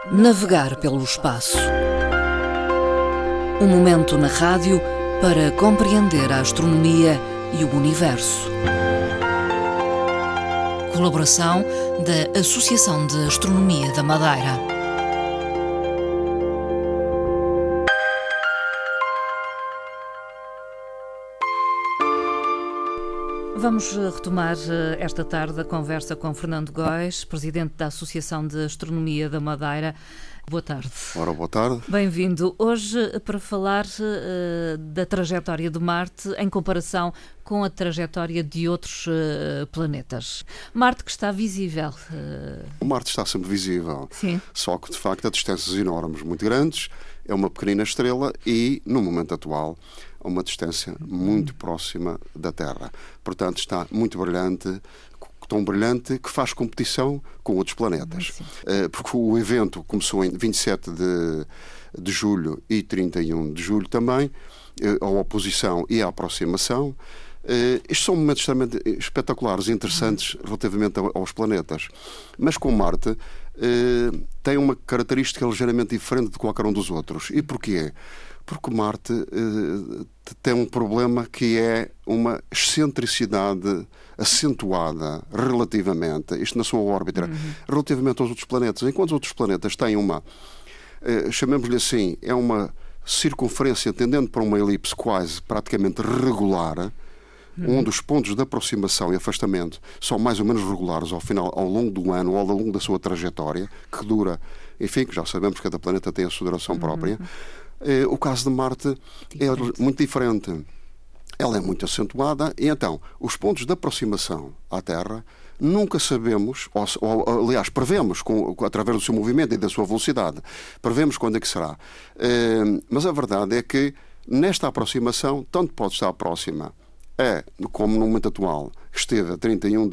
Navegar pelo espaço. Um momento na rádio para compreender a astronomia e o universo. Colaboração da Associação de Astronomia da Madeira. Vamos retomar esta tarde a conversa com Fernando Góes, presidente da Associação de Astronomia da Madeira. Boa tarde. Ora, boa tarde. Bem-vindo. Hoje para falar da trajetória de Marte em comparação com a trajetória de outros planetas. Marte que está visível. O Marte está sempre visível. Sim. Só que, de facto, a distâncias enormes, muito grandes, é uma pequenina estrela e, no momento atual, a uma distância muito próxima da Terra. Portanto, está muito brilhante, tão brilhante que faz competição com outros planetas. Porque o evento começou em 27 de julho e 31 de julho também, a oposição e a aproximação. Estes são momentos extremamente espetaculares e interessantes relativamente aos planetas. Mas com Marte tem uma característica ligeiramente diferente de qualquer um dos outros. E porquê? Porque Marte tem um problema que é uma excentricidade acentuada relativamente, isto na sua órbita, relativamente aos outros planetas. Enquanto os outros planetas têm uma, chamemos-lhe assim, é uma circunferência tendendo para uma elipse quase praticamente regular, onde os pontos de aproximação e afastamento são mais ou menos regulares ao longo do ano ou ao longo da sua trajetória, que dura, enfim, que já sabemos que cada planeta tem a sua duração própria. O caso de Marte é muito diferente. Ela é muito acentuada e então os pontos de aproximação à Terra nunca sabemos, ou aliás, prevemos através do seu movimento e da sua velocidade, prevemos quando é que será. Mas a verdade é que nesta aproximação, tanto pode estar próxima como no momento atual, esteve a 31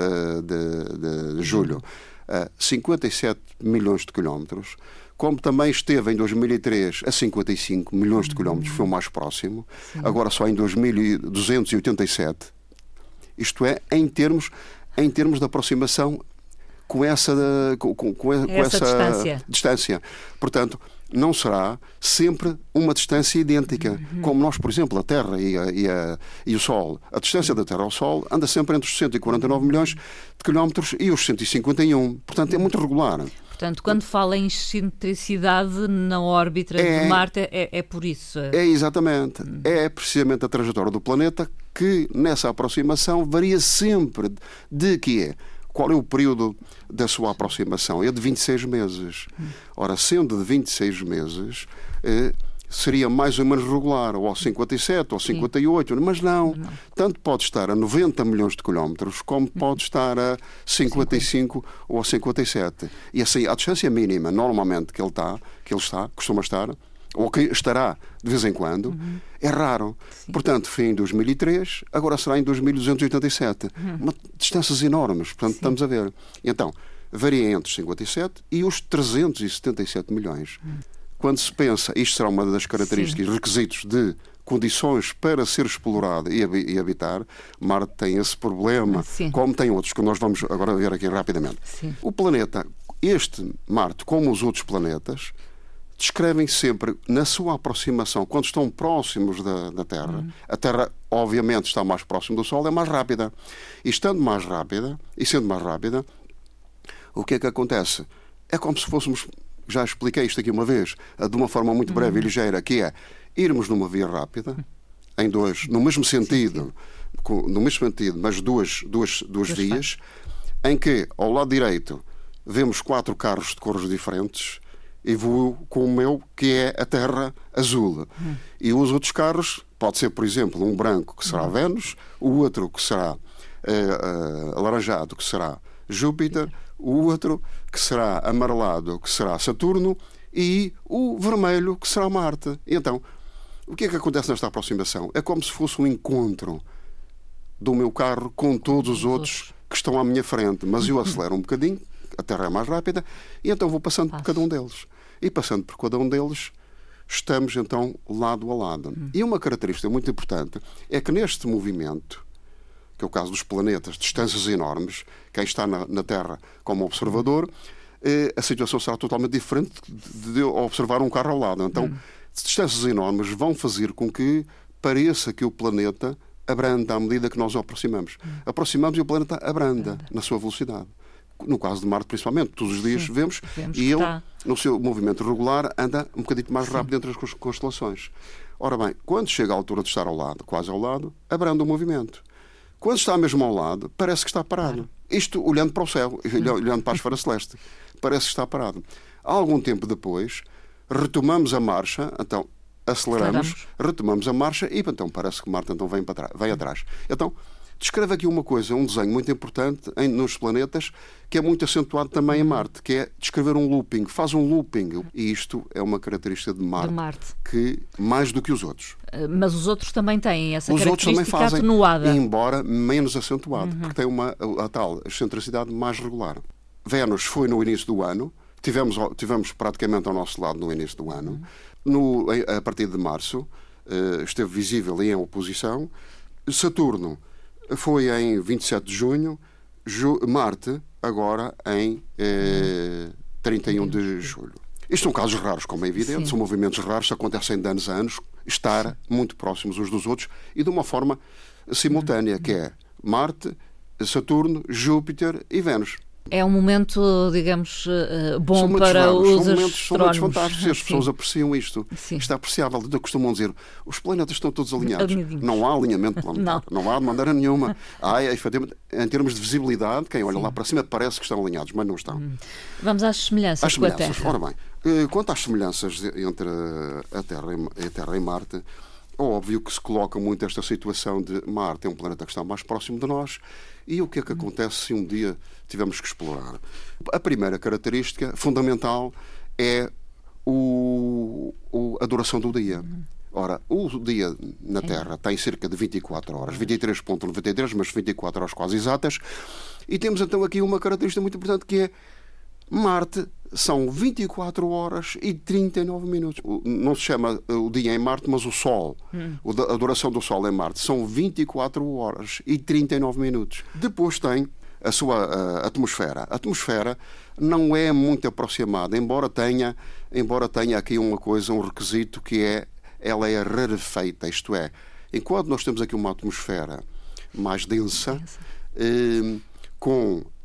de julho, a 57 milhões de quilómetros, como também esteve em 2003 a 55 milhões de quilómetros, foi o mais próximo, agora só em 2287, isto é, em termos de aproximação com essa distância. Portanto, não será sempre uma distância idêntica. Como nós, por exemplo, a Terra e o Sol. A distância da Terra ao Sol anda sempre entre os 149 milhões de quilómetros e os 151. Portanto, é muito regular. Portanto, quando fala em excentricidade na órbita de Marte, é por isso. É exatamente. É precisamente a trajetória do planeta que, nessa aproximação, varia sempre de que é. Qual é o período da sua aproximação? É de 26 meses. Ora, sendo de 26 meses, seria mais ou menos regular, ou aos 57, ou aos 58, mas não. Tanto pode estar a 90 milhões de quilómetros, como pode estar a 55 ou a 57. E assim, a distância mínima, normalmente, que ele costuma estar, ou que estará de vez em quando, é raro. Portanto, foi em 2003, agora será em 2287. Distâncias enormes, portanto, estamos a ver. Então, varia entre os 57 e os 377 milhões. Quando se pensa, isto será uma das características, requisitos de condições para ser explorado e habitar, Marte tem esse problema, como tem outros, que nós vamos agora ver aqui rapidamente. O planeta, este Marte, como os outros planetas, descrevem sempre, na sua aproximação, quando estão próximos da Terra, a Terra, obviamente, está mais próximo do Sol, é mais rápida. E estando mais rápida, e sendo mais rápida, o que é que acontece? É como se fôssemos, já expliquei isto aqui uma vez, de uma forma muito breve e ligeira, que é irmos numa via rápida, no mesmo sentido, mas duas vias, em que, ao lado direito, vemos 4 carros de cores diferentes, e vou com o meu, que é a Terra azul. E os outros carros, pode ser, por exemplo, um branco, que será Vênus, o outro, que será alaranjado, que será Júpiter, o outro, que será amarelado, que será Saturno, e o vermelho, que será Marte. E então, o que é que acontece nesta aproximação? É como se fosse um encontro do meu carro com todos os outros que estão à minha frente, mas eu acelero um bocadinho, a Terra é mais rápida, e então vou passando por cada um deles. E passando por cada um deles, estamos então lado a lado. E uma característica muito importante é que neste movimento, que é o caso dos planetas, distâncias enormes, quem está na Terra como observador, a situação será totalmente diferente de observar um carro ao lado. Então, distâncias enormes vão fazer com que pareça que o planeta abranda à medida que nós o aproximamos. Aproximamos e o planeta abranda na sua velocidade. No caso de Marte, principalmente, todos os dias vemos e ele, no seu movimento regular, anda um bocadinho mais rápido entre as constelações. Ora bem, quando chega à altura de estar ao lado, quase ao lado, abranda o movimento. Quando está mesmo ao lado, parece que está parado. Isto olhando para o céu, olhando para a esfera celeste. Parece que está parado. Algum tempo depois, retomamos a marcha, então aceleramos, retomamos a marcha e então parece que Marte então vem atrás. Então, descreve aqui uma coisa, um desenho muito importante nos planetas, que é muito acentuado também em Marte, que é descrever um looping, faz um looping. E isto é uma característica de Marte, que mais do que os outros. Mas os outros também têm essa os característica outros também fazem, atenuada. Embora menos acentuado, porque tem a tal excentricidade mais regular. Vênus foi no início do ano, tivemos praticamente ao nosso lado no início do ano. A partir de março, esteve visível e em oposição. Saturno foi em 27 de junho, Marte agora em 31 de julho. Isto são casos raros, como é evidente, são movimentos raros, acontecem de anos a anos, estar muito próximos uns dos outros e de uma forma simultânea, que é Marte, Saturno, Júpiter e Vênus. É um momento, digamos, bom para os astrónomos. São momentos fantásticos e as pessoas apreciam isto. Isto é apreciável. Costumam dizer, os planetas estão todos alinhados. Não há alinhamento planetário. Não há de maneira nenhuma. Há, efetivamente, em termos de visibilidade, quem olha lá para cima parece que estão alinhados, mas não estão. Vamos às semelhanças com a Terra. Ora bem, quanto às semelhanças entre a Terra e Marte, é óbvio que se coloca muito esta situação de Marte é um planeta que está mais próximo de nós e o que é que acontece se um dia tivermos que explorar? A primeira característica fundamental é a duração do dia. Ora, o dia na Terra tem cerca de 24 horas, 23,93, mas 24 horas quase exatas, e temos então aqui uma característica muito importante que é Marte são 24 horas e 39 minutos. Não se chama o dia em Marte, mas o Sol. A duração do Sol em Marte são 24 horas e 39 minutos. Depois tem a sua atmosfera. A atmosfera não é muito aproximada, embora tenha aqui uma coisa, um requisito que ela é rarefeita, isto é, enquanto nós temos aqui uma atmosfera mais densa, com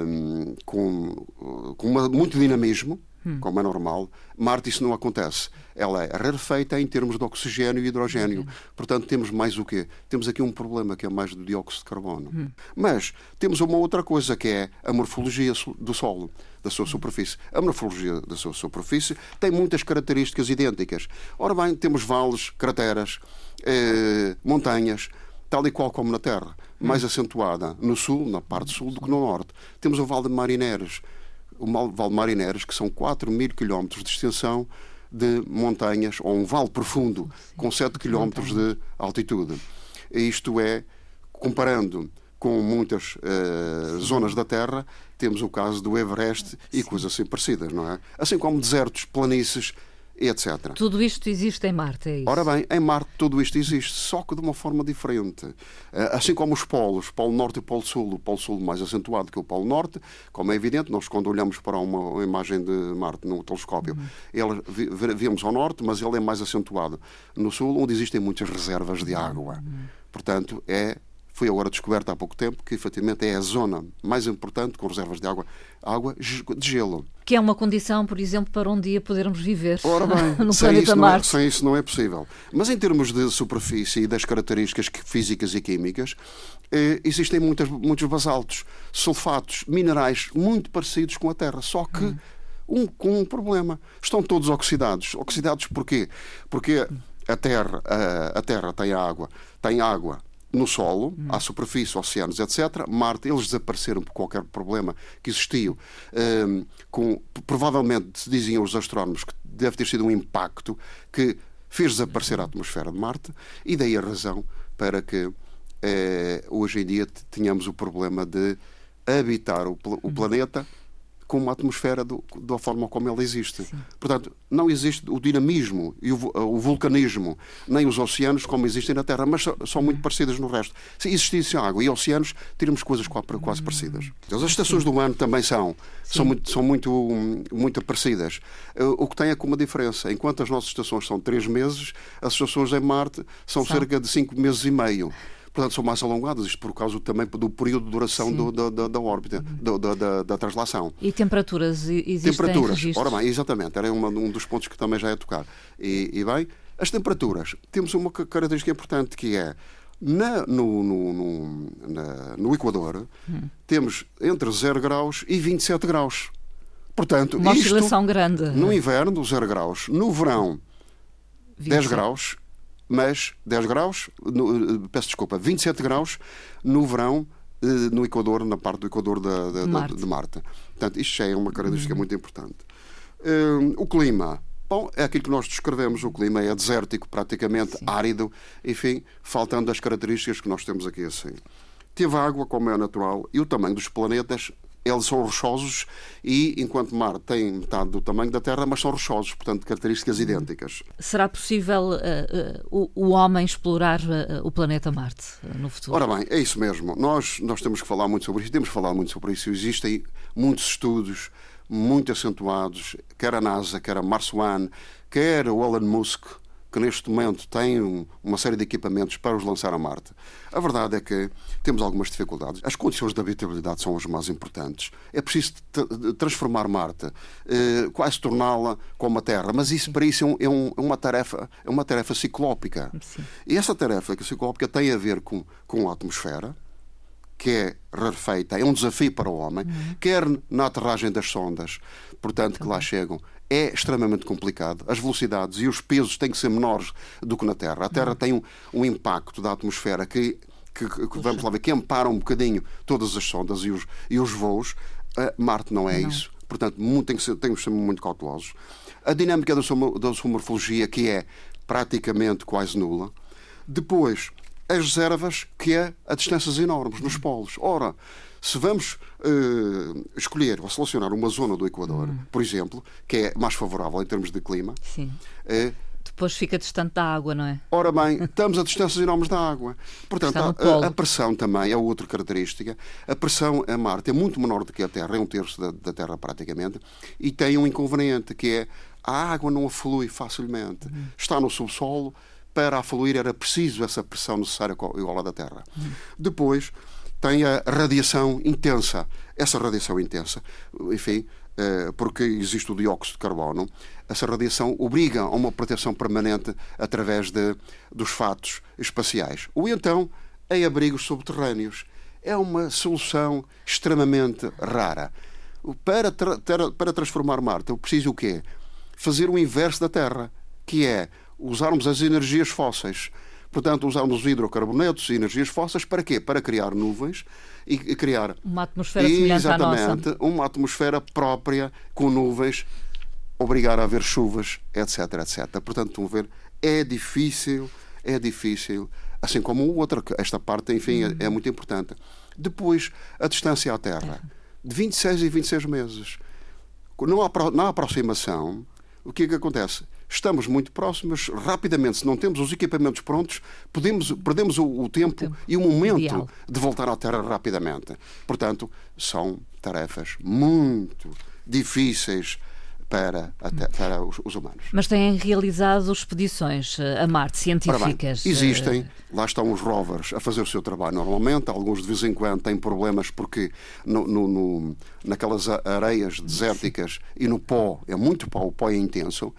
muito dinamismo, como é normal, Marte isso não acontece. Ela é rarefeita em termos de oxigênio e hidrogênio. Portanto, temos mais o quê? Temos aqui um problema que é mais do dióxido de carbono. Mas temos uma outra coisa que é a morfologia do solo, da sua superfície. A morfologia da sua superfície tem muitas características idênticas. Ora bem, temos vales, crateras, montanhas, tal e qual como na Terra, mais acentuada no sul, na parte sul, do que no norte. Temos o Vale de Marineres, Vale de Marineres, que são 4.000 km de extensão de montanhas, ou um vale profundo, com 7 km de altitude. Isto é, comparando com muitas zonas da Terra, temos o caso do Everest e coisas assim parecidas, não é? Assim como desertos, planícies, etc. Tudo isto existe em Marte, é isso? Ora bem, em Marte tudo isto existe, só que de uma forma diferente. Assim como os polos, Polo Norte e Polo Sul, o Polo Sul mais acentuado que o Polo Norte, como é evidente, nós quando olhamos para uma imagem de Marte no telescópio, vemos ao norte, mas ele é mais acentuado no sul, onde existem muitas reservas de água. Portanto, foi agora descoberto há pouco tempo que, efetivamente, é a zona mais importante com reservas de água de gelo. Que é uma condição, por exemplo, para um dia podermos viver no sem planeta Marte. Sem isso não é possível. Mas em termos de superfície e das características físicas e químicas, existem muitos basaltos, sulfatos, minerais muito parecidos com a Terra, só que com um problema. Estão todos oxidados. Oxidados porquê? Porque a Terra tem água no solo, à superfície, oceanos, etc. Marte, eles desapareceram por qualquer problema que existiu. Provavelmente, diziam os astrónomos, que deve ter sido um impacto que fez desaparecer a atmosfera de Marte, e daí a razão para que hoje em dia tenhamos o problema de habitar o planeta com uma atmosfera da forma como ela existe. Sim. Portanto, não existe o dinamismo e o vulcanismo, nem os oceanos como existem na Terra, mas são muito parecidas no resto. Se existisse água e oceanos, teríamos coisas quase parecidas. As estações do ano também são muito parecidas. O que tem é com uma diferença. Enquanto as nossas estações são 3 meses, as estações em Marte são cerca de 5 meses e meio. Portanto, são mais alongadas, isto por causa também do período de duração da órbita, da translação. E temperaturas existem? Temperaturas, ora bem, exatamente, era um dos pontos que também já ia tocar. E bem, as temperaturas, temos uma característica importante que é, no Equador, temos entre 0 graus e 27 graus. Portanto, uma oscilação grande. No inverno, 0 graus. No verão, 10 graus. Mas 10 graus, peço desculpa, 27 graus no verão, no Equador, na parte do Equador de Marte. Portanto, isto já é uma característica muito importante. O clima, bom, é aquilo que nós descrevemos. O clima é desértico, praticamente árido, enfim, faltando as características que nós temos aqui assim. Teve água, como é natural, e o tamanho dos planetas, eles são rochosos e, enquanto Marte tem metade do tamanho da Terra, mas são rochosos, portanto, características idênticas. Será possível o homem explorar o planeta Marte no futuro? Ora bem, é isso mesmo. Nós temos que falar muito sobre isso. Temos que falar muito sobre isso. Existem muitos estudos muito acentuados, quer a NASA, quer a Mars One, quer o Elon Musk, que neste momento tem uma série de equipamentos para os lançar a Marte. A verdade é que temos algumas dificuldades. As condições de habitabilidade são as mais importantes. É preciso transformar Marte, quase torná-la como a Terra, mas para isso é uma tarefa ciclópica. Sim. E essa tarefa ciclópica tem a ver com a atmosfera, que é rarefeita, é um desafio para o homem, quer na aterragem das sondas, portanto, que lá chegam, é extremamente complicado. As velocidades e os pesos têm que ser menores do que na Terra. A Terra tem um impacto da atmosfera que vamos lá ver, que ampara um bocadinho todas as sondas e os voos. Marte não é isso. Portanto, temos que ser muito cautelosos. A dinâmica da sua morfologia, que é praticamente quase nula. Depois, as reservas, que é a distâncias enormes nos polos. Ora, se vamos escolher ou selecionar uma zona do Equador, por exemplo, que é mais favorável em termos de clima... Sim. Depois fica distante da água, não é? Ora bem, estamos a distâncias enormes da água. Portanto, a pressão também é outra característica. A pressão a Marte é muito menor do que a Terra, é 1/3 da Terra praticamente, e tem um inconveniente, que é a água não aflui facilmente. Está no subsolo. Para afluir era preciso essa pressão necessária igual à da Terra. Depois tem a radiação intensa. Essa radiação intensa, enfim, porque existe o dióxido de carbono, essa radiação obriga a uma proteção permanente através dos fatos espaciais. Ou então em abrigos subterrâneos. É uma solução extremamente rara. Para transformar Marte, eu preciso o quê? Fazer o inverso da Terra, que é usarmos as energias fósseis. Portanto, usarmos os hidrocarbonetos e energias fósseis para quê? Para criar nuvens e criar... uma atmosfera semelhante à nossa. Exatamente. Uma atmosfera própria, com nuvens, obrigar a haver chuvas, etc, etc. Portanto, estão a ver, é difícil, assim como outra. Esta parte, enfim, é muito importante. Depois, a distância à Terra. De 26 e 26 meses. Na aproximação, o que é que acontece? Estamos muito próximos, rapidamente, se não temos os equipamentos prontos, perdemos o tempo e o momento ideal de voltar à Terra rapidamente. Portanto, são tarefas muito difíceis para os humanos. Mas têm realizado expedições a Marte, científicas? Bem, existem, lá estão os rovers a fazer o seu trabalho normalmente. Alguns de vez em quando têm problemas porque naquelas areias desérticas e no pó, é muito pó, o pó é intenso,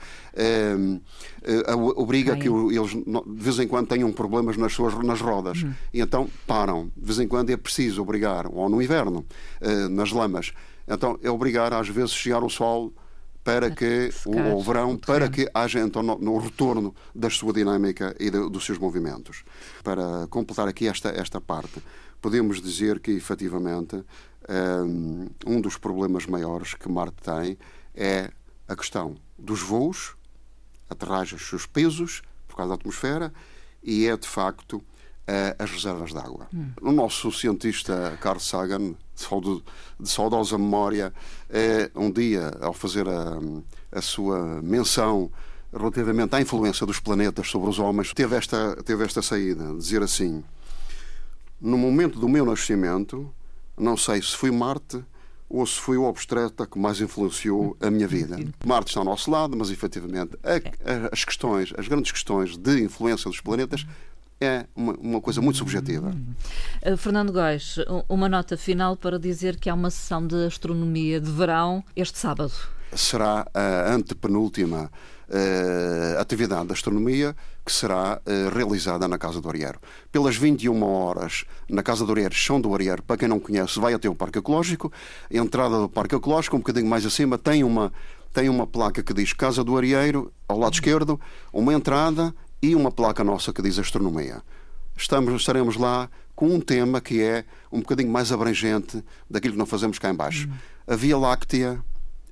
obriga que eles de vez em quando tenham problemas nas rodas. E então param. De vez em quando é preciso obrigar, ou no inverno, nas lamas, então é obrigar às vezes chegar ao sol para que o verão, para que haja então no retorno da sua dinâmica e dos seus movimentos. Para completar aqui esta parte, podemos dizer que efetivamente um dos problemas maiores que Marte tem é a questão dos voos, aterragens, os pesos por causa da atmosfera, e é de facto as reservas de água. O nosso cientista Carl Sagan, de saudosa memória, um dia, ao fazer a sua menção relativamente à influência dos planetas sobre os homens, teve esta saída, dizer assim: no momento do meu nascimento, não sei se foi Marte ou se foi o obstetra que mais influenciou a minha vida. Marte está ao nosso lado, mas efetivamente as grandes questões de influência dos planetas é uma coisa muito subjetiva. Fernando Góis, uma nota final para dizer que há uma sessão de astronomia de verão este sábado. Será a antepenúltima atividade de astronomia que será realizada na Casa do Arrieiro. Pelas 21 horas, na Casa do Arrieiro, Chão do Arrieiro, para quem não conhece, vai até o Parque Ecológico. A entrada do Parque Ecológico, um bocadinho mais acima, tem uma placa que diz Casa do Arrieiro, ao lado esquerdo, uma entrada e uma placa nossa que diz Astronomia. Estaremos lá com um tema que é um bocadinho mais abrangente daquilo que nós fazemos cá em baixo. A Via Láctea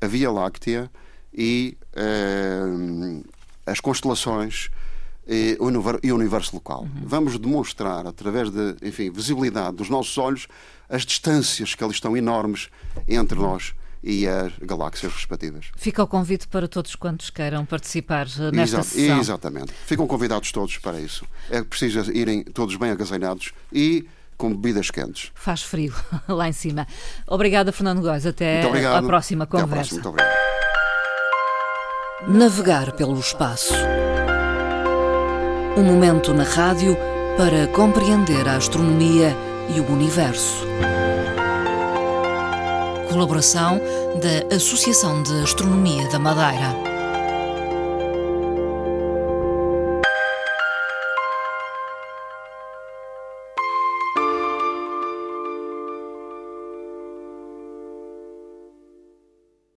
e as constelações e o universo local. Vamos demonstrar, através de, visibilidade dos nossos olhos, as distâncias que ali estão enormes entre nós e as galáxias respectivas. Fica o convite para todos quantos queiram participar nesta sessão. Exatamente. Ficam convidados todos para isso. É preciso irem todos bem agasalhados e com bebidas quentes. Faz frio lá em cima. Obrigada, Fernando Góis. Até à próxima conversa. Até à próxima. Muito obrigado. Navegar pelo espaço. Um momento na rádio para compreender a astronomia e o universo. Colaboração da Associação de Astronomia da Madeira.